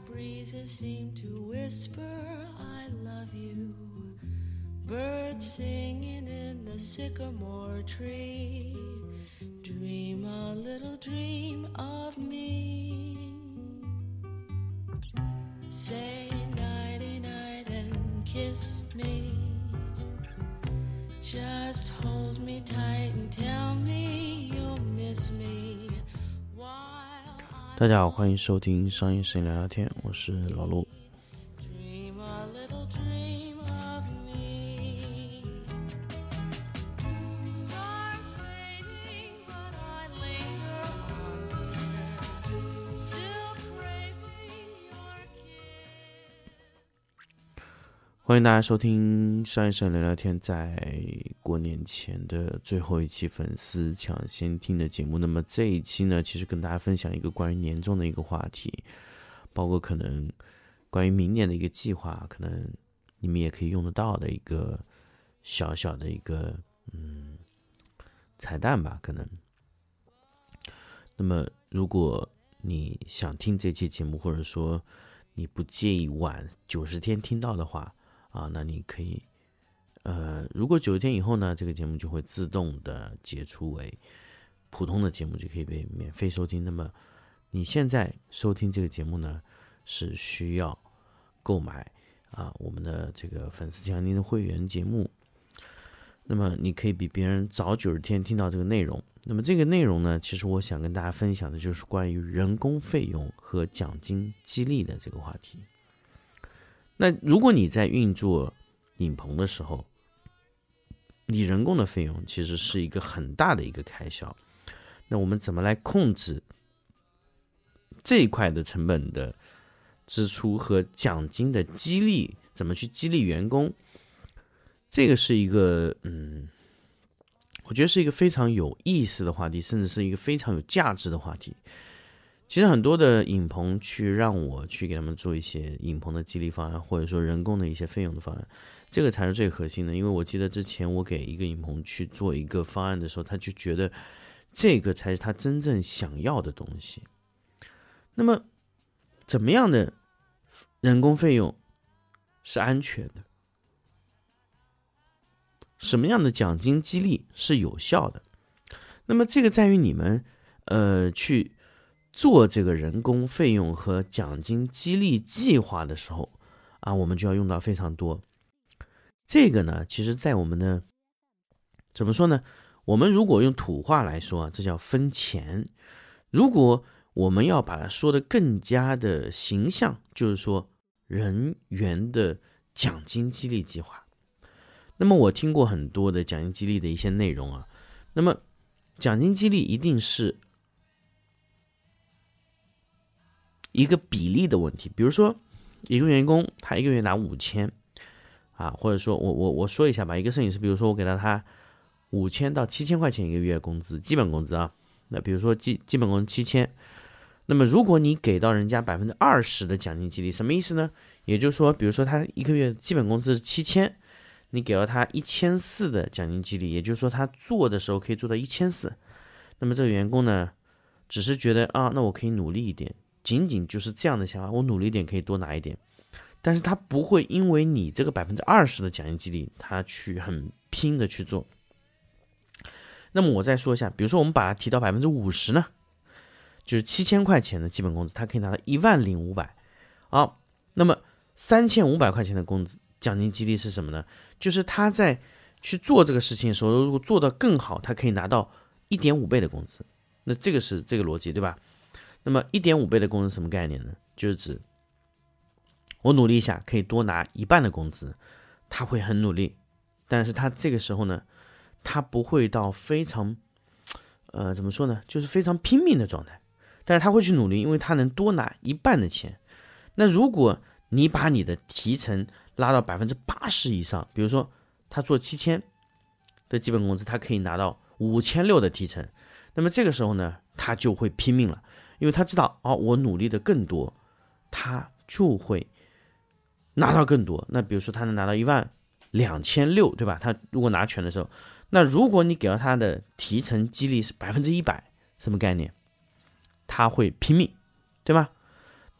breezes seem to whisper I love you. Birds singing in the sycamore tree. Dream a little dream of me. Say nighty night and kiss me. Just hold me tight and tell me you'll miss me. 大家好，欢迎收听商业摄影聊聊天，我是老陆。欢迎大家收听商业摄影聊聊天，在过年前的最后一期粉丝抢先听的节目。那么这一期呢，其实跟大家分享一个关于年终的一个话题，包括可能关于明年的一个计划，可能你们也可以用得到的一个小小的一个彩蛋吧，可能。那么如果你想听这期节目，或者说你不介意晚90天听到的话那你可以如果90天以后呢，这个节目就会自动的解除为普通的节目，就可以被免费收听。那么你现在收听这个节目呢，是需要购买我们的这个粉丝强力的会员节目，那么你可以比别人早90天听到这个内容。那么这个内容呢，其实我想跟大家分享的就是关于人工费用和奖金激励的这个话题。那如果你在运作影棚的时候，你人工的费用其实是一个很大的一个开销，那我们怎么来控制这一块的成本的支出和奖金的激励，怎么去激励员工，这个是一个我觉得是一个非常有意思的话题，甚至是一个非常有价值的话题。其实很多的影棚去让我去给他们做一些影棚的激励方案，或者说人工的一些费用的方案，这个才是最核心的。因为我记得之前我给一个影棚去做一个方案的时候，他就觉得这个才是他真正想要的东西。那么怎么样的人工费用是安全的？什么样的奖金激励是有效的？那么这个在于你们去做这个人工费用和奖金激励计划的时候我们就要用到非常多。这个呢，其实在我们的怎么说呢？我们如果用土话来说这叫分钱。如果我们要把它说得更加的形象，就是说人员的奖金激励计划。那么我听过很多的奖金激励的一些内容那么奖金激励一定是一个比例的问题。比如说一个员工他一个月拿5000或者说我说一下吧，一个摄影师，比如说我给到他5000到7000块钱一个月工资，基本工资那比如说基本工资7000，那么如果你给到人家20%的奖金激励，什么意思呢？也就是说，比如说他一个月基本工资是7000，你给到他1400的奖金激励，也就是说他做的时候可以做到1400，那么这个员工呢，只是觉得那我可以努力一点，仅仅就是这样的想法，我努力一点可以多拿一点，但是他不会因为你这个20%的奖金激励，他去很拼的去做。那么我再说一下，比如说我们把它提到50%呢，就是7000块钱的基本工资，他可以拿到10500。那么3500块钱的工资奖金激励是什么呢？就是他在去做这个事情的时候，如果做得更好，他可以拿到1.5倍的工资。那这个是这个逻辑，对吧？那么1.5倍的工资什么概念呢？就是指我努力一下可以多拿1半的工资，他会很努力，但是他这个时候呢，他不会到非常怎么说呢，就是非常拼命的状态，但是他会去努力，因为他能多拿1半的钱。那如果你把你的提成拉到80%以上，比如说他做7000的基本工资，他可以拿到5600的提成，那么这个时候呢，他就会拼命了，因为他知道我努力的更多，他就会拿到更多。那比如说他能拿到12600，对吧？他如果拿全的时候，那如果你给到他的提成激励是100%，什么概念？他会拼命，对吧？那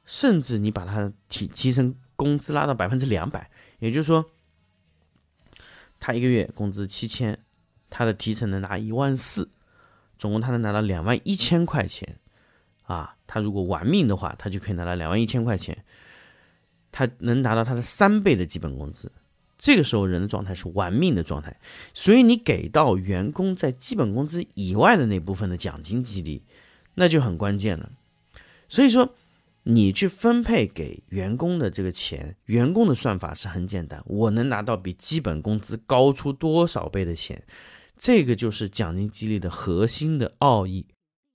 甚至你把他的提成工资拉到200%，也就是说，他一个月工资7000，他的提成能拿14000，总共他能拿到21000块钱啊！他如果玩命的话，他就可以拿到21000块钱，他能拿到他的3倍的基本工资。这个时候人的状态是玩命的状态，所以你给到员工在基本工资以外的那部分的奖金激励，那就很关键了。所以说你去分配给员工的这个钱，员工的算法是很简单，我能拿到比基本工资高出多少倍的钱，这个就是奖金激励的核心的奥义。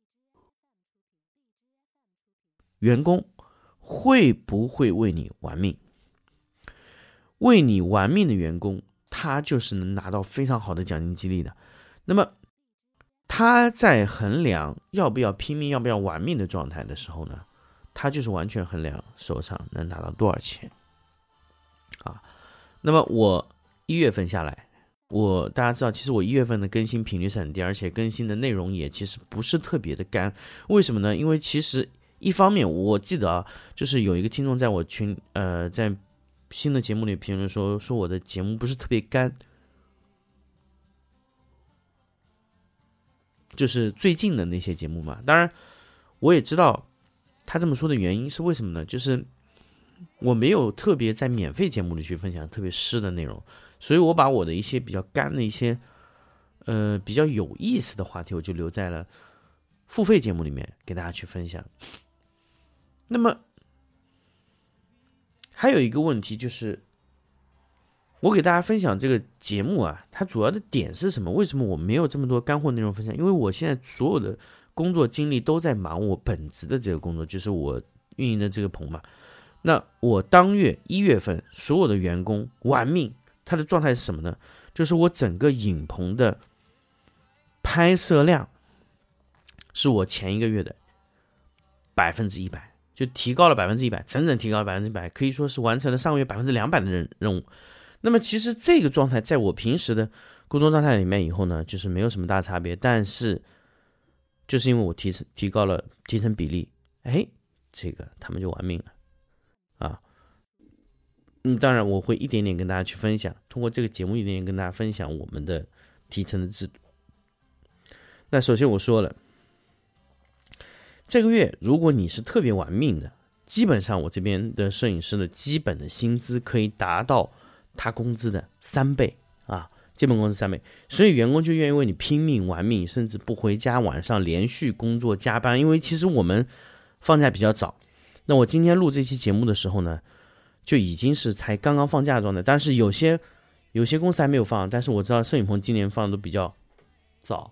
员工会不会为你玩命？为你玩命的员工，他就是能拿到非常好的奖金激励的。那么他在衡量要不要拼命要不要玩命的状态的时候呢，他就是完全衡量手上能拿到多少钱啊。那么我1月份下来，大家知道其实我1月份的更新频率是很低，而且更新的内容也其实不是特别的干。为什么呢？因为其实一方面我记得就是有一个听众在我群在新的节目里评论说我的节目不是特别干，就是最近的那些节目嘛。当然我也知道他这么说的原因是为什么呢，就是我没有特别在免费节目里去分享特别湿的内容，所以我把我的一些比较干的一些比较有意思的话题我就留在了付费节目里面给大家去分享。那么还有一个问题就是，我给大家分享这个节目啊，它主要的点是什么？为什么我没有这么多干货内容分享？因为我现在所有的工作精力都在忙我本职的这个工作，就是我运营的这个棚嘛。那我当月1月份所有的员工玩命，他的状态是什么呢？就是我整个影棚的拍摄量是我前一个月的100%，就提高了100%，整整提高了100%，可以说是完成了上个月200%的任务。那么其实这个状态在我平时的工作状态里面以后呢，就是没有什么大差别，但是就是因为我提高了提成比例，这个他们就玩命了啊。当然我会一点点跟大家去分享，通过这个节目一点点跟大家分享我们的提成的制度。那首先我说了，这个月如果你是特别玩命的，基本上我这边的摄影师的基本的薪资可以达到他工资的3倍啊，基本工资3倍，所以员工就愿意为你拼命玩命，甚至不回家，晚上连续工作加班。因为其实我们放假比较早，那我今天录这期节目的时候呢，就已经是才刚刚放假的状态，但是有些公司还没有放，但是我知道摄影棚今年放的都比较早。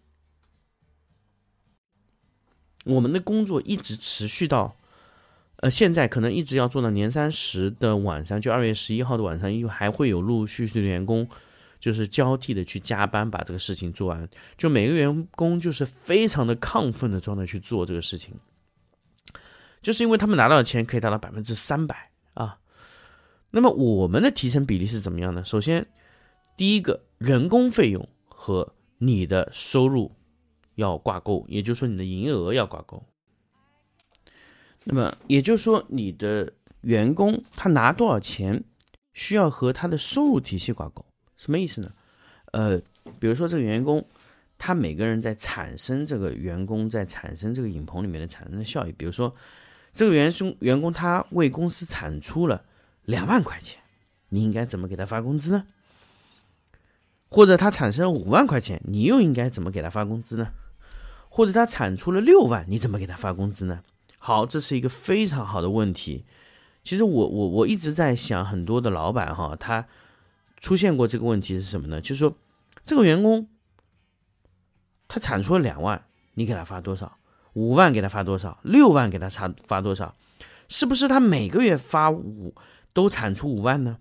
我们的工作一直持续到现在可能一直要做到年30的晚上，就2月11号的晚上，因为还会有陆陆续续的员工就是交替的去加班把这个事情做完，就每个员工就是非常的亢奋的状态去做这个事情，就是因为他们拿到的钱可以达到300%啊。那么我们的提成比例是怎么样呢？首先第一个，人工费用和你的收入要挂钩，也就是说你的营业额要挂钩。那么也就是说你的员工他拿多少钱需要和他的收入体系挂钩。什么意思呢？比如说这个员工他每个人在产生这个员工在产生这个影棚里面的产生的效益，比如说这个员工他为公司产出了2万块钱，你应该怎么给他发工资呢？或者他产生了5万块钱，你又应该怎么给他发工资呢？或者他产出了6万，你怎么给他发工资呢？好，这是一个非常好的问题。其实我一直在想，很多的老板他出现过这个问题是什么呢？就是说这个员工他产出了2万，你给他发多少？5万给他发多少？6万给他发多少？是不是他每个月都产出5万呢？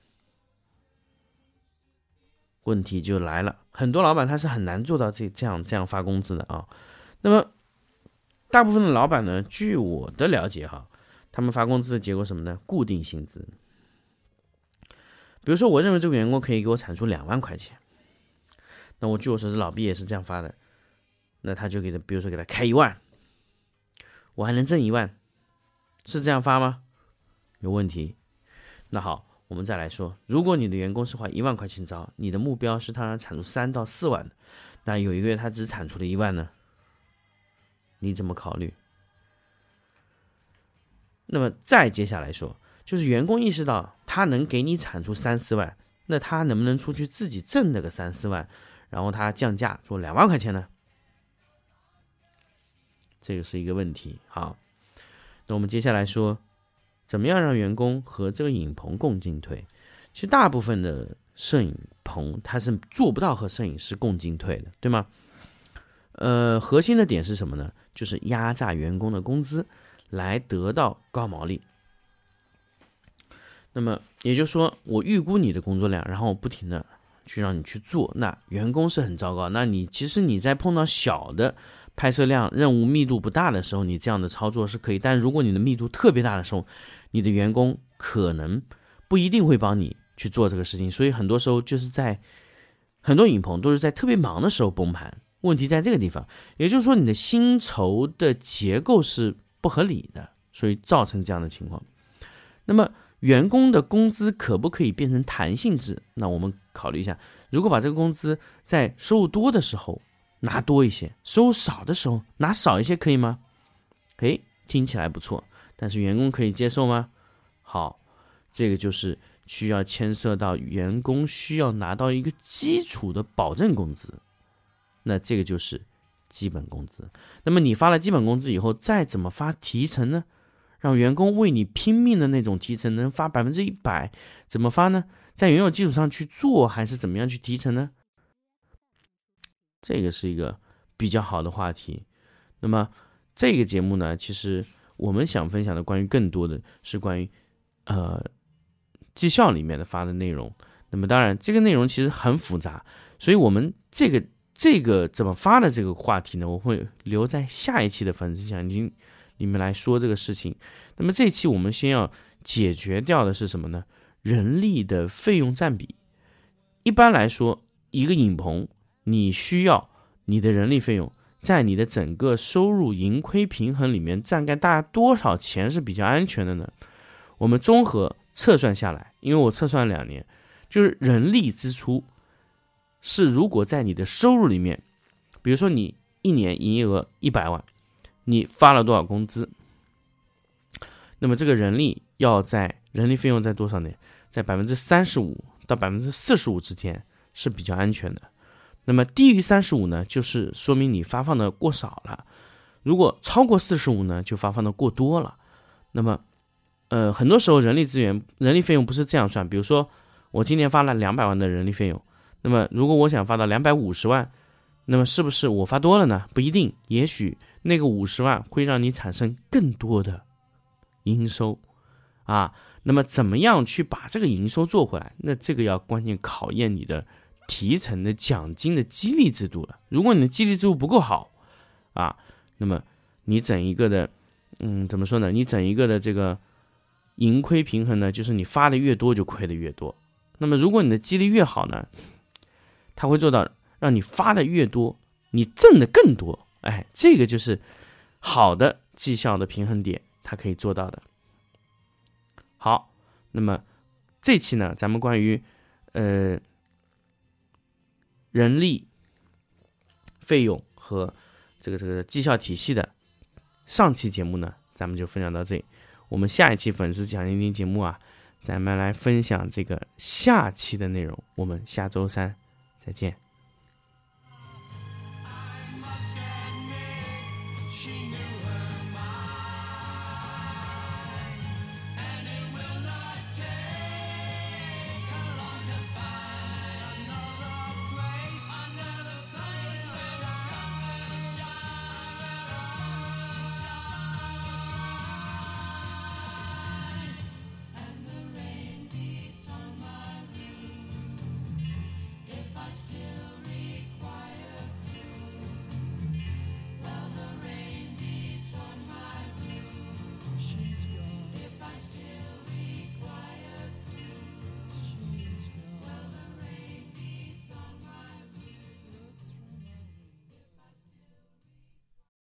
问题就来了，很多老板他是很难做到这样发工资的啊。那么大部分的老板呢，据我的了解他们发工资的结果什么呢？固定薪资。比如说我认为这个员工可以给我产出2万块钱，那我据我所知老毕也是这样发的，那他就比如说给他开1万，我还能挣1万， 是这样发吗？有问题。那好，我们再来说，如果你的员工是花1万块钱招，你的目标是他产出3到4万的，那有一个月他只产出了1万呢？你怎么考虑？那么再接下来说，就是员工意识到他能给你产出3、4万，那他能不能出去自己挣那个3、4万，然后他降价做2万块钱呢？这个是一个问题。好，那我们接下来说，怎么样让员工和这个影棚共进退？其实大部分的摄影棚它是做不到和摄影师共进退的，对吗？核心的点是什么呢？就是压榨员工的工资，来得到高毛利。那么也就是说，我预估你的工作量，然后我不停的去让你去做，那员工是很糟糕。那其实你在碰到小的拍摄量、任务密度不大的时候，你这样的操作是可以。但如果你的密度特别大的时候，你的员工可能不一定会帮你去做这个事情。所以很多时候就是在很多影棚都是在特别忙的时候崩盘。问题在这个地方，也就是说你的薪酬的结构是不合理的，所以造成这样的情况。那么员工的工资可不可以变成弹性制？那我们考虑一下，如果把这个工资在收入多的时候拿多一些，收入少的时候拿少一些，可以吗？听起来不错，但是员工可以接受吗？好，这个就是需要牵涉到员工需要拿到一个基础的保证工资，那这个就是基本工资。那么你发了基本工资以后，再怎么发提成呢？让员工为你拼命的那种提成能发100%，怎么发呢？在原有基础上去做，还是怎么样去提成呢？这个是一个比较好的话题。那么这个节目呢，其实我们想分享的更多的是关于绩效里面的发的内容。那么当然这个内容其实很复杂，所以我们这个怎么发的这个话题呢，我会留在下一期的粉丝讲经里面来说这个事情。那么这期我们先要解决掉的是什么呢？人力的费用占比。一般来说，一个影棚你需要你的人力费用在你的整个收入盈亏平衡里面占概大概多少钱是比较安全的呢？我们综合测算下来，因为我测算2年，就是人力支出是如果在你的收入里面，比如说你1年营业额100万，你发了多少工资，那么这个人力费用在多少呢？在35%到45%之间是比较安全的。那么低于35%呢，就是说明你发放的过少了；如果超过45%呢，就发放的过多了。那么很多时候人力费用不是这样算。比如说我今年发了200万的人力费用，那么如果我想发到250万，那么是不是我发多了呢？不一定，也许那个50万会让你产生更多的营收啊。那么怎么样去把这个营收做回来？那这个要关键考验你的提成的奖金的激励制度了。如果你的激励制度不够好啊，那么你整一个的怎么说呢？你整一个的这个盈亏平衡呢，就是你发的越多就亏的越多。那么如果你的激励越好呢，它会做到让你发的越多，你挣的更多。这个就是好的绩效的平衡点，它可以做到的。好，那么这期呢，咱们关于人力费用和这个绩效体系的上期节目呢，咱们就分享到这里。我们下一期粉丝讲经节目啊，咱们来分享这个下期的内容。我们下周3再见。